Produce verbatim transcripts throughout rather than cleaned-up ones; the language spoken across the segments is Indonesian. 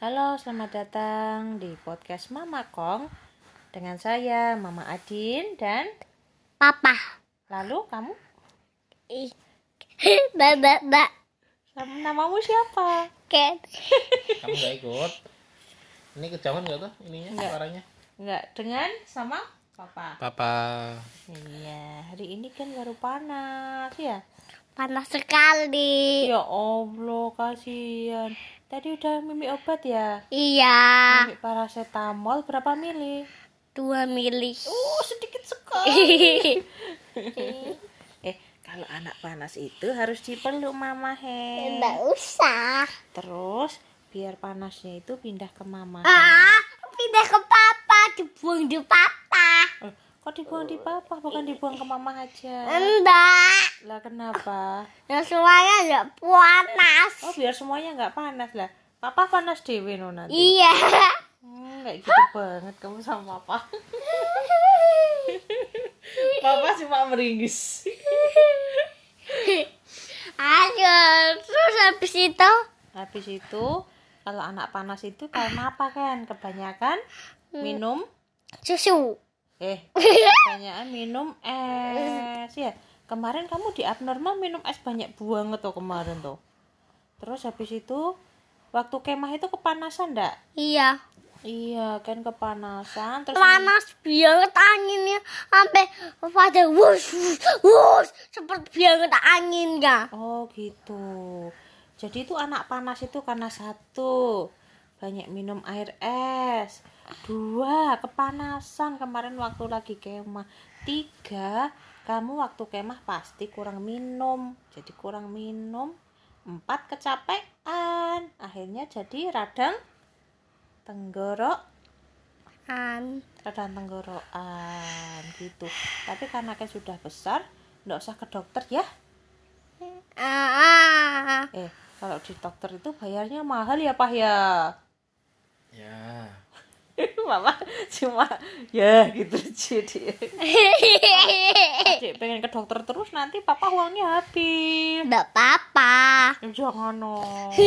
Halo, selamat datang di podcast Mama Kong dengan saya Mama Adin dan Papa. Lalu kamu? Mbak, mbak, mbak. Namamu siapa? Ken. Kamu gak ikut? Ini kejauhan gak tuh ininya Enggak. suaranya? Enggak, dengan sama Papa. Papa. Iya, hari ini kan baru panas ya. Panas sekali. Ya Allah, kasihan. Tadi udah mimi obat ya? Iya. Mimi paracetamol berapa mili? Dua mili. Uh, sedikit sekali. eh, kalau anak panas itu harus dipeluk mama he. Nggak usah. Terus biar panasnya itu pindah ke mama. Ah, pindah ke papa, dibuang di papa. Eh, kok dibuang di papa, bukan dibuang ke mama aja? Enggak. Lah kenapa? Ya semuanya nggak panas. Oh, biar semuanya nggak panas lah. Papa panas dewe no nanti. Iya. Hmm, nggak gitu banget kamu sama papa. Papa cuma meringis. Ayo, terus habis itu Habis itu kalau anak panas itu karena apa kan? Kebanyakan minum susu. eh kebanyakan minum es ya. Kemarin kamu di abnormal minum es banyak banget tuh kemarin tuh. Terus habis itu waktu kemah itu kepanasan enggak? Iya. Iya kan kepanasan terus Panas banget anginnya sampai pada wush wush, wush seperti banget angin ya. Oh gitu. Jadi itu anak panas itu karena satu banyak minum air es, dua kepanasan kemarin waktu lagi kemah, tiga kamu waktu kemah pasti kurang minum, jadi kurang minum, empat kecapean, akhirnya jadi radang tenggorok. An. Radang tenggorokan gitu. Tapi karena kan sudah besar, nggak usah ke dokter ya. Ah. Eh, kalau di dokter itu bayarnya mahal ya, Pak ya. Ya. Mama cuma ya gitu jadi. Adik pengen ke dokter terus nanti papa uangnya habis. Nggak apa-apa. Jangan no.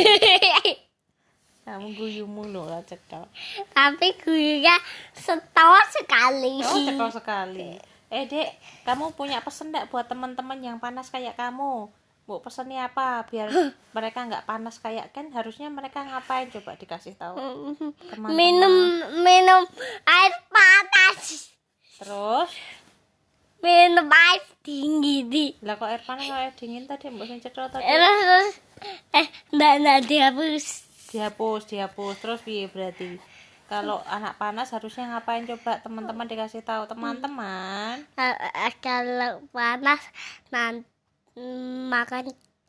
Kamu guyu mulu lah cekal. Tapi guyunya setahun sekali. Oh, cekal sekali. Eh, Dek, kamu punya pesen enggak buat teman-teman yang panas kayak kamu? Mau pesennya apa biar mereka nggak panas kayak kan? Harusnya mereka ngapain coba dikasih tahu. Teman-teman. Minum minum air panas. Terus, Minum air dingin di. lah kok air panas kalau air dingin tadi mbak sing cedot tadi. Terus terus eh nggak nggak dihapus. Dihapus, dihapus. Terus piye berarti? Kalau anak panas harusnya ngapain coba teman-teman dikasih tahu teman-teman. Eh, eh, Kalau panas nanti makan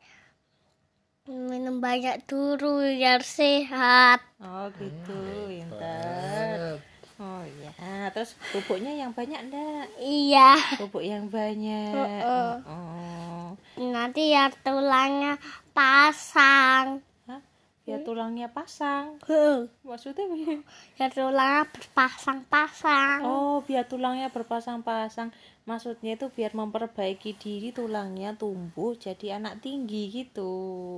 minum banyak dulu biar sehat. Oh gitu, pintar. Oh iya, terus bubuknya yang banyak enggak? Iya. Bubuk yang banyak. Heeh. Oh. Nanti ya tulangnya pasang. Hah? Ya tulangnya pasang. Huh. Maksudnya piye? Ya tulangnya berpasang-pasang. Oh, biar tulangnya berpasang-pasang. Maksudnya itu biar memperbaiki diri tulangnya tumbuh jadi anak tinggi gitu.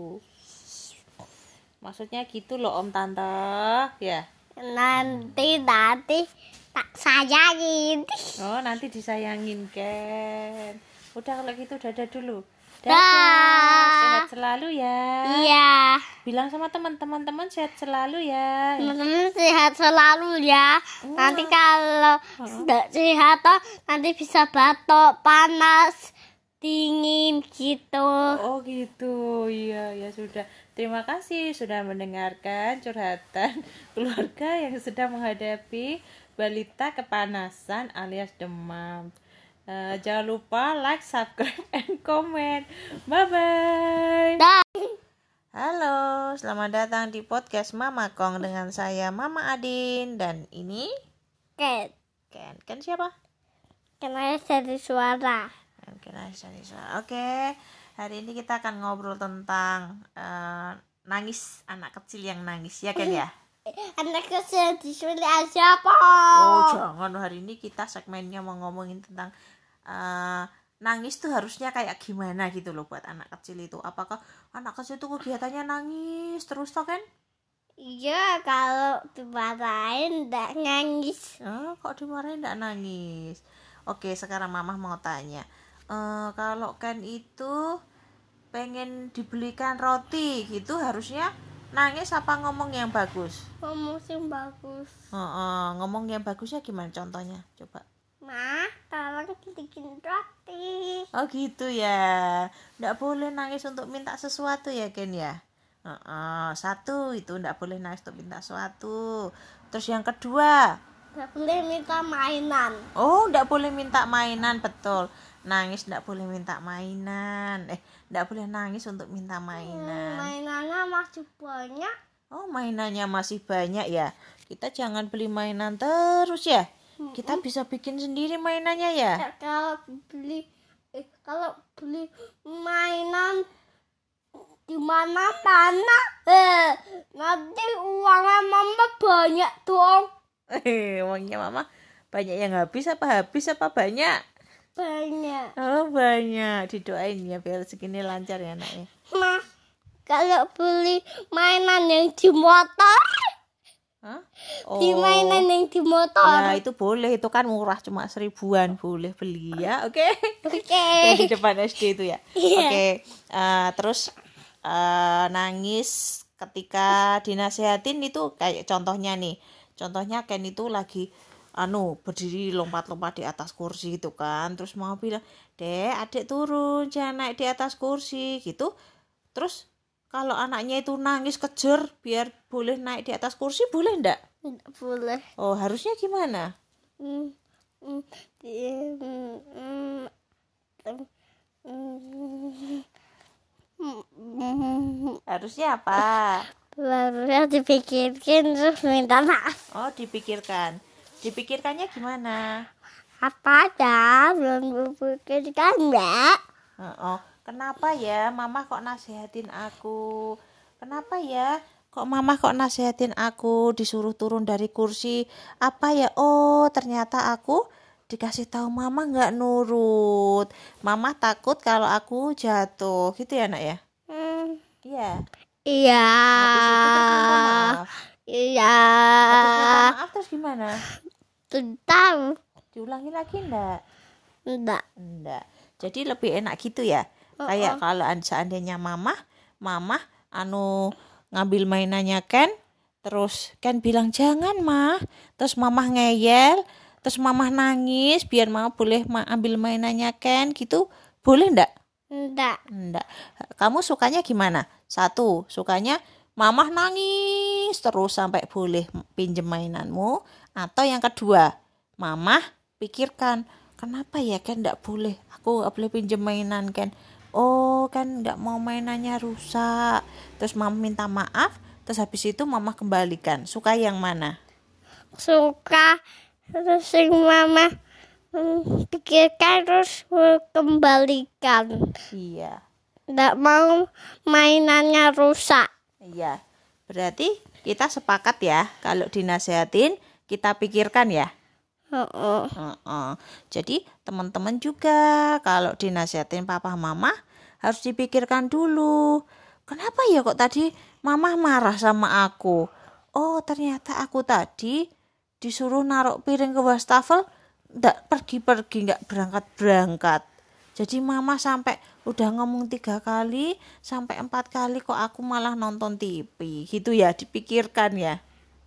Maksudnya gitu loh Om Tante, ya. Nanti nanti tak sayangin. Oh, nanti disayangin kan. Udah kalau gitu dadah dulu. Dah. Sehat selalu ya. Iya. Bilang sama teman-teman teman sehat selalu ya. Teman-teman sehat selalu ya. Nanti kalau tidak sehat toh nanti bisa batuk, panas, dingin gitu. Oh gitu, iya ya sudah. Terima kasih sudah mendengarkan curhatan keluarga yang sedang menghadapi balita kepanasan alias demam. Uh, jangan lupa like, subscribe, and comment. Bye bye. Dah. Halo, selamat datang di podcast Mama Kong dengan saya Mama Adin dan ini Ken, Ken. Ken siapa? kenapa jadi suara? Ken dari suara. Oke, hari ini kita akan ngobrol tentang uh, nangis anak kecil yang nangis ya Ken ya. Anak kecil disuruh siapa? Oh jangan, hari ini kita segmennya mau ngomongin tentang uh, nangis tuh harusnya kayak gimana gitu loh buat anak kecil itu. Apakah anak kecil itu kegiatannya nangis terus toh kan? Iya, kalau dimarahin nggak nangis. Oh, kok dimarahin nggak nangis? Oke, sekarang mama mau tanya. Eh, kalau Ken itu pengen dibelikan roti gitu, harusnya nangis apa ngomong yang bagus? Ngomong yang bagus. Oh, oh, ngomong yang bagusnya gimana contohnya? Coba. Ma, tolong bikin roti. Oh gitu ya. Nggak boleh nangis untuk minta sesuatu ya Ken ya. Uh, uh, satu itu nggak boleh nangis untuk minta sesuatu. Terus yang kedua, Nggak boleh minta mainan. oh nggak boleh minta mainan, betul. Nangis nggak boleh minta mainan. Eh nggak boleh nangis untuk minta Hmm, mainan. mainannya masih banyak. Oh mainannya masih banyak ya. Kita jangan beli mainan terus ya. Kita bisa bikin sendiri mainannya ya. Ya, kalau beli eh, kalau beli mainan di mana mana eh nanti uangnya mama banyak dong. Eh, uangnya mama banyak yang habis apa habis apa banyak? Banyak. Oh banyak. Didoain ya biar segini lancar ya anaknya. Ma, kalau beli mainan yang di motor, Hah? di mainan yang di ya motor. itu boleh, itu kan murah cuma seribuan, boleh beli ya, oke? Oke. Yang di depan S D itu ya. Iya. Oke. Eh, terus eh, nangis ketika dinasehatin itu kayak contohnya nih. Contohnya Ken itu lagi anu berdiri lompat-lompat di atas kursi gitu kan. Terus mau bilang, "Dek, adik turun, jangan naik di atas kursi." gitu. Terus kalau anaknya itu nangis kejer biar boleh naik di atas kursi, boleh enggak? Nggak boleh. Oh, harusnya gimana? Hmm, hmm, di- hmm, hmm, hmm, hmm, hmm. Harusnya apa? Barunya dipikirkan terus minta maaf. Oh, dipikirkan. Dipikirkannya gimana? Apa aja belum dipikirkan mbak? Oh, oh, kenapa ya mama kok nasihatin aku? Kenapa ya kok mama kok nasihatin aku disuruh turun dari kursi? Apa ya? Oh, ternyata aku dikasih tahu mama nggak nurut. Mama takut kalau aku jatuh, gitu ya nak ya? Hmm, Iya. iya. Habis itu terus minta maaf. Iya. Habis minta maaf terus gimana? Tentang Diulangi lagi enggak? enggak. Enggak. Jadi lebih enak gitu ya. Kayak kalau an- seandainya mama, mama anu ngambil mainannya Ken, terus Ken bilang jangan mah, terus mama ngeyel, terus mama nangis biar mama boleh ma- ambil mainannya Ken gitu, boleh enggak? Enggak. Enggak. Kamu sukanya gimana? Satu, sukanya mama nangis terus sampai boleh pinjem mainanmu, atau yang kedua, mama pikirkan kenapa ya Ken enggak boleh, aku nggak boleh pinjem mainan Ken. Oh kan nggak mau mainannya rusak, terus mama minta maaf, terus habis itu mama kembalikan. Suka yang mana? Suka terus yang mama hmm, pikirkan terus kembalikan. Iya. Enggak mau mainannya rusak. Iya. Berarti kita sepakat ya, kalau dinasehatin kita pikirkan ya. Heeh. Heeh. Jadi teman-teman juga kalau dinasehatin papa mama harus dipikirkan dulu. Kenapa ya kok tadi mama marah sama aku? Oh ternyata aku tadi disuruh naruh piring ke wastafel, nggak pergi-pergi, nggak berangkat-berangkat. Jadi mama sampai udah ngomong tiga kali sampai empat kali kok aku malah nonton T V gitu ya, dipikirkan ya.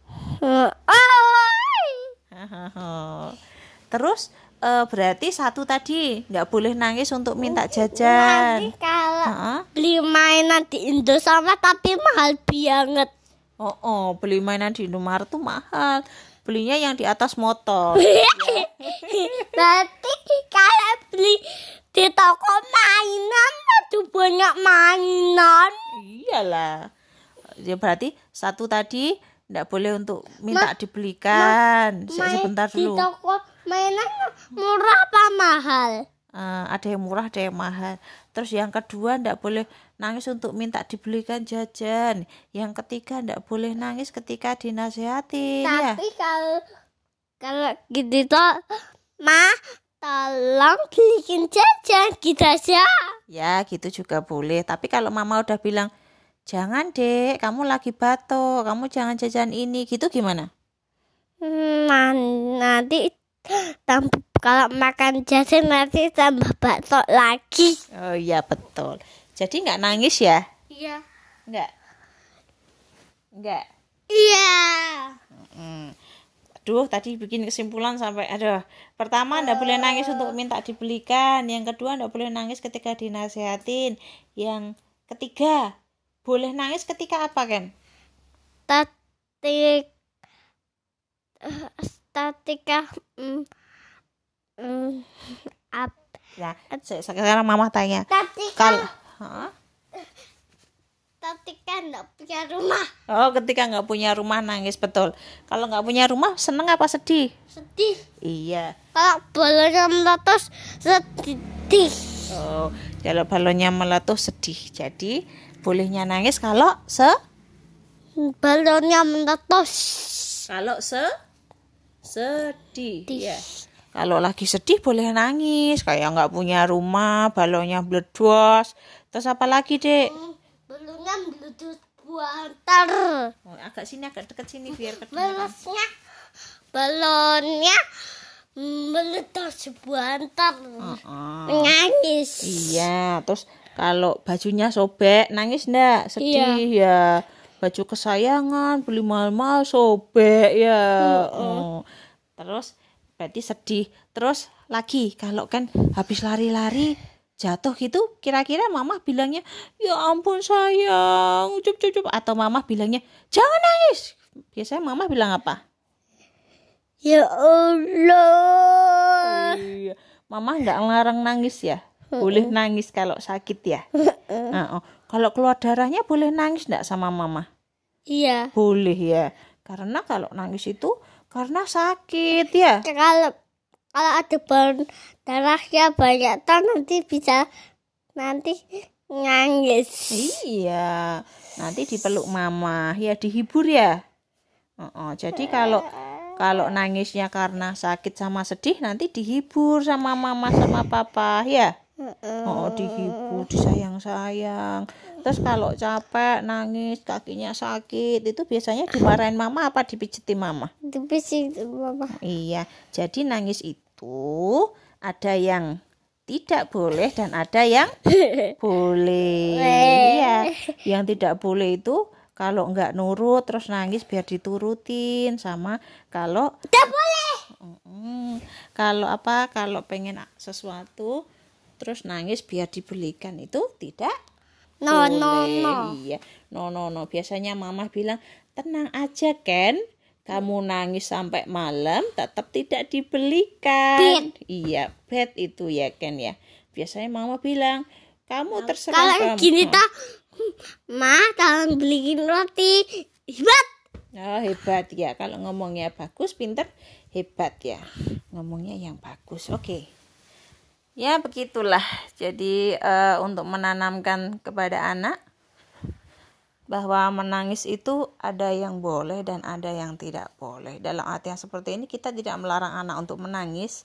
Terus eh, berarti satu tadi nggak boleh nangis untuk minta jajan. Nanti kalau Heeh. beli mainan di Indosat tapi mahal banget. Oh, oh, beli mainan di Indomaret tuh mahal. Belinya yang di atas motor. Nanti kalau beli di toko mainan tuh banyak mainan. Iyalah. Ya berarti satu tadi nggak boleh untuk minta dibelikan. Se- Main Sebentar di dulu. toko mainan murah apa mahal? Eh, ada yang murah, ada yang mahal. Terus yang kedua nggak boleh nangis untuk minta dibelikan jajan. Yang ketiga nggak boleh nangis ketika dinasehatin ya. Tapi kalau kalau gitu tuh, Ma, tolong beliin jajan gitu aja. Ya gitu juga boleh. Tapi kalau mama udah bilang jangan dek, kamu lagi batuk, kamu jangan jajan ini, gitu gimana? Nah, nanti tambah, kalau makan jajan nanti tambah batuk lagi. Oh iya betul. Jadi nggak nangis ya? Iya. Nggak? Nggak? Iya. Hmm. Aduh, tadi bikin kesimpulan sampai, aduh. Pertama, nggak boleh nangis untuk minta dibelikan. Yang kedua, nggak boleh nangis ketika dinasehatin. Yang ketiga, boleh nangis ketika apa, Ken? Statik, statika, mm, mm, ap, Nah, se- sekarang mama tanya. statika, Kalau, Hah? statika nggak punya rumah. Oh, ketika nggak punya rumah nangis, betul. Kalau nggak punya rumah, seneng apa sedih? Sedih. Iya. Kalau balonnya meletus sedih. Oh, kalau balonnya meletus sedih. Jadi, bolehnya nangis kalau se Balonnya meletus. kalau se sedih. Sedih. Iya. Kalau lagi sedih boleh nangis, kayak nggak punya rumah, balonnya meledos. Terus apa lagi, Dek? Hmm, balonnya meletus buantar. Oh, agak sini, agak deket sini biar kedengaran. Balonnya, balonnya meletus buantar. Heeh. Nangis. Iya, terus kalau bajunya sobek, nangis ndak? Sedih ya. Baju kesayangan, beli mahal-mahal, sobek ya. Oh. Terus berarti sedih. Terus lagi, kalau kan habis lari-lari, jatuh gitu, kira-kira mama bilangnya, ya ampun sayang, cup cup cup. Atau mama bilangnya, jangan nangis. Biasanya mama bilang apa? Ya Allah. Iya. Mama nggak ngelarang nangis ya? Boleh nangis kalau sakit ya? Nah, oh. Kalau keluar darahnya boleh nangis nggak sama mama? Iya. Boleh ya. Karena kalau nangis itu karena sakit ya. Kalau kalau ada balon darahnya banyak tuh nanti bisa nanti nangis. Iya. Nanti dipeluk mama, ya dihibur ya. Oh, oh. Jadi kalau kalau nangisnya karena sakit sama sedih, nanti dihibur sama mama sama papa ya. Oh, dihibur, disayang-sayang. Terus kalau capek, nangis, kakinya sakit, itu biasanya dimarahin mama apa dipijetin mama? Dipijetin mama. Iya, jadi nangis itu ada yang tidak boleh dan ada yang boleh. Iya, yang tidak boleh itu kalau nggak nurut terus nangis biar diturutin, sama kalau tidak boleh. Mm, kalau apa? Kalau pengen sesuatu terus nangis biar dibelikan, itu tidak No, boleh. no, no. Iya, no, no, no. Biasanya mama bilang, tenang aja Ken, kamu nangis sampai malam tetap tidak dibelikan. Bet. Iya, bet itu ya Ken ya. Biasanya mama bilang, kamu terserah Kalau kamu. gini tak, Ma, tolong beliin roti. Hebat. Oh, hebat ya. Kalau ngomongnya bagus, pinter, hebat ya. Ngomongnya yang bagus. Oke. Okay. Ya begitulah. Jadi uh, untuk menanamkan kepada anak bahwa menangis itu ada yang boleh dan ada yang tidak boleh. Dalam arti yang seperti ini kita tidak melarang anak untuk menangis,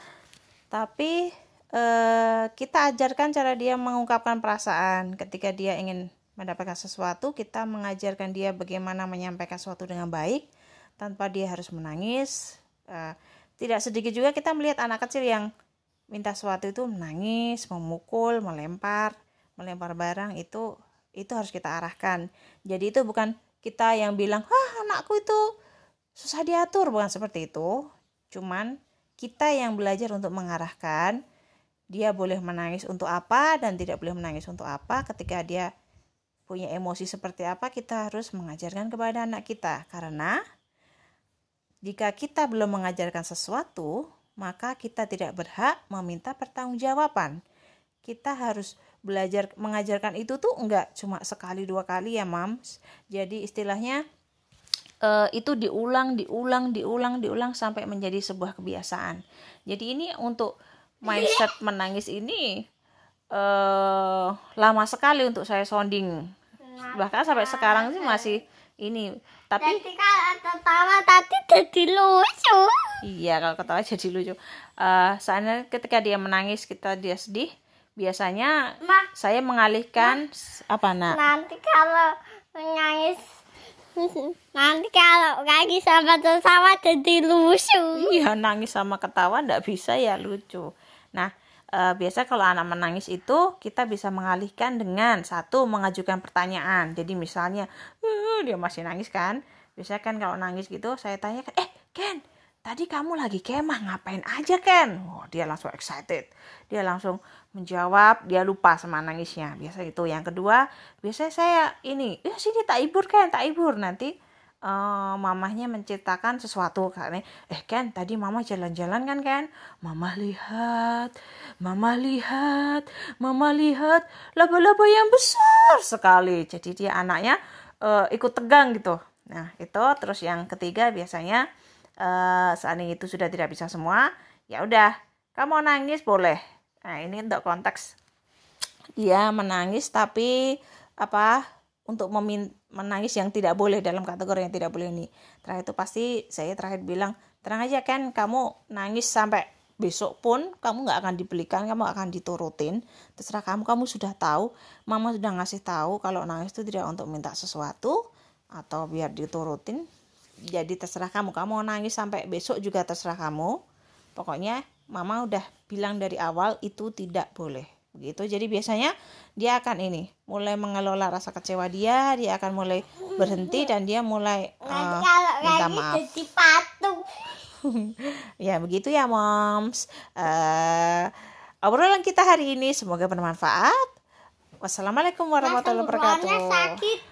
tapi uh, kita ajarkan cara dia mengungkapkan perasaan. Ketika dia ingin mendapatkan sesuatu, kita mengajarkan dia bagaimana menyampaikan sesuatu dengan baik tanpa dia harus menangis. Uh, tidak sedikit juga kita melihat anak kecil yang minta sesuatu itu menangis, memukul, melempar, melempar barang, itu itu harus kita arahkan. Jadi itu bukan kita yang bilang, "Hah, anakku itu susah diatur", bukan seperti itu. Cuman kita yang belajar untuk mengarahkan, dia boleh menangis untuk apa dan tidak boleh menangis untuk apa. Ketika dia punya emosi seperti apa, kita harus mengajarkan kepada anak kita. Karena jika kita belum mengajarkan sesuatu, maka kita tidak berhak meminta pertanggungjawaban. Kita harus belajar mengajarkan itu tuh enggak cuma sekali dua kali ya Mams. Jadi istilahnya uh, itu diulang, diulang, diulang, diulang sampai menjadi sebuah kebiasaan. Jadi ini untuk mindset menangis ini uh, lama sekali untuk saya sounding. Bahkan sampai sekarang sih masih ini. Tapi Jadi kalau tertawa tadi jadi lucu. Iya, kalau ketawa jadi lucu. Uh, soalnya ketika dia menangis, kita dia sedih, biasanya Ma, saya mengalihkan apa nak? nanti kalau nangis nanti kalau nangis sama sama jadi lucu. Iya, nangis sama ketawa ndak bisa ya lucu. Nah, e, biasa kalau anak menangis itu kita bisa mengalihkan dengan satu mengajukan pertanyaan. Jadi misalnya uh, dia masih nangis kan, biasanya kan kalau nangis gitu saya tanyakan, eh Ken, tadi kamu lagi kemah ngapain aja Ken? Oh, dia langsung excited, dia langsung menjawab, dia lupa sama nangisnya. Biasa itu. Yang kedua, biasanya saya ini, ya sini tak hibur Ken, tak hibur nanti. Uh, mamahnya menceritakan sesuatu karena eh Ken tadi mama jalan-jalan kan Ken, mama lihat mama lihat mama lihat laba-laba yang besar sekali. Jadi dia anaknya uh, ikut tegang gitu. Nah itu. Terus yang ketiga biasanya uh, seandainya itu sudah tidak bisa semua, ya udah kamu nangis boleh. Nah ini untuk konteks dia menangis tapi apa untuk memin- menangis yang tidak boleh, dalam kategori yang tidak boleh ini. Terakhir itu pasti saya terakhir bilang, tenang aja kan, kamu nangis sampai besok pun kamu nggak akan dibelikan, kamu akan diturutin, terserah kamu. Kamu sudah tahu, mama sudah ngasih tahu kalau nangis itu tidak untuk minta sesuatu atau biar diturutin. Jadi terserah kamu, kamu mau nangis sampai besok juga terserah kamu. Pokoknya mama udah bilang dari awal itu tidak boleh. Begitu. Jadi biasanya dia akan ini mulai mengelola rasa kecewa dia, dia akan mulai berhenti dan dia mulai uh, minta maaf. Jadi patung. Ya begitu ya moms. Uh, obrolan kita hari ini semoga bermanfaat. Wassalamualaikum warahmatullahi wabarakatuh. Sakit.